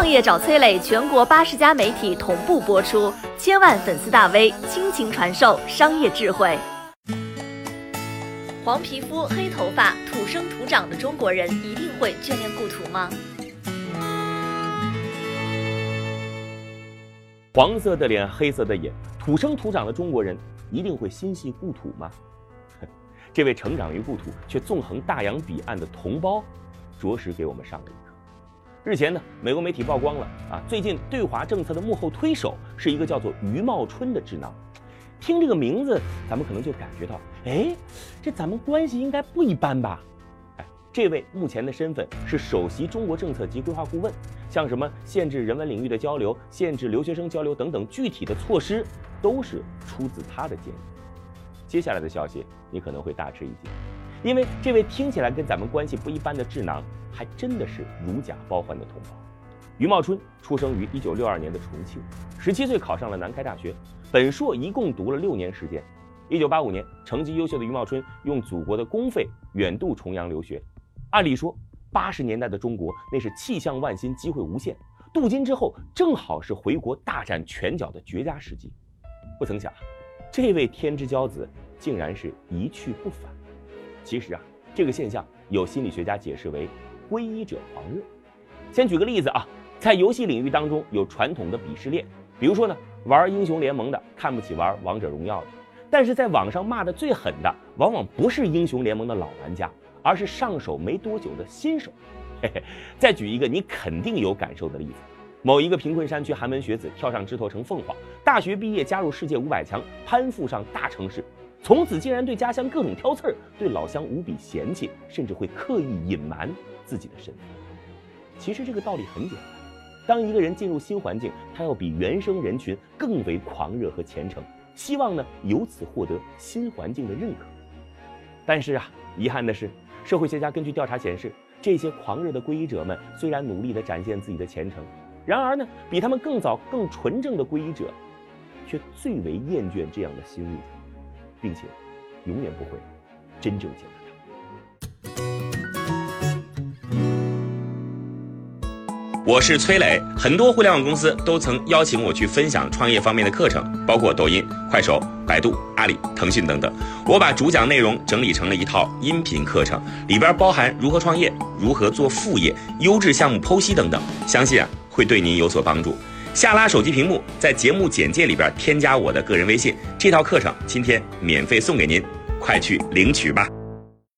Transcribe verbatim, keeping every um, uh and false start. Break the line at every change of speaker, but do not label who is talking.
创业找崔磊，全国八十家媒体同步播出，千万粉丝大 V 倾情传授商业智慧。黄皮肤、黑头发、土生土长的中国人一定会眷恋故土吗？
黄色的脸，黑色的眼，土生土长的中国人一定会心系故土吗？这位成长于故土却纵横大洋彼岸的同胞，着实给我们上了一课。日前呢，美国媒体曝光了啊，最近对华政策的幕后推手是一个叫做余茂春的智囊。听这个名字，咱们可能就感觉到，哎，这咱们关系应该不一般吧？哎，这位目前的身份是首席中国政策及规划顾问，像什么限制人文领域的交流、限制留学生交流等等具体的措施，都是出自他的建议。接下来的消息你可能会大吃一惊，因为这位听起来跟咱们关系不一般的智囊，还真的是如假包换的同胞。余茂春出生于一九六二年的重庆，十七岁考上了南开大学，本硕一共读了六年时间。一九八五年，成绩优秀的余茂春用祖国的公费远渡重洋留学。按理说，八十年代的中国那是气象万新，机会无限，镀金之后正好是回国大展拳脚的绝佳时机。不曾想，这位天之骄子竟然是一去不返。其实啊，这个现象有心理学家解释为皈依者狂热。先举个例子啊，在游戏领域当中有传统的鄙视链，比如说呢，玩英雄联盟的看不起玩王者荣耀的，但是在网上骂的最狠的，往往不是英雄联盟的老玩家，而是上手没多久的新手。嘿嘿，再举一个你肯定有感受的例子，某一个贫困山区寒门学子跳上枝头成凤凰，大学毕业加入世界五百强，攀附上大城市，从此竟然对家乡各种挑刺儿，对老乡无比嫌弃，甚至会刻意隐瞒自己的身份。其实这个道理很简单，当一个人进入新环境，他要比原生人群更为狂热和虔诚，希望呢由此获得新环境的认可。但是啊，遗憾的是，社会学家根据调查显示，这些狂热的皈依者们虽然努力地展现自己的虔诚，然而呢，比他们更早、更纯正的皈依者，却最为厌倦这样的新物种，并且永远不会真正接纳它。
我是崔磊，很多互联网公司都曾邀请我去分享创业方面的课程，包括抖音、快手、百度、阿里、腾讯等等。我把主讲内容整理成了一套音频课程，里边包含如何创业、如何做副业、优质项目剖析等等，相信啊会对您有所帮助。下拉手机屏幕，在节目简介里边添加我的个人微信，这套课程今天免费送给您，快去领取吧。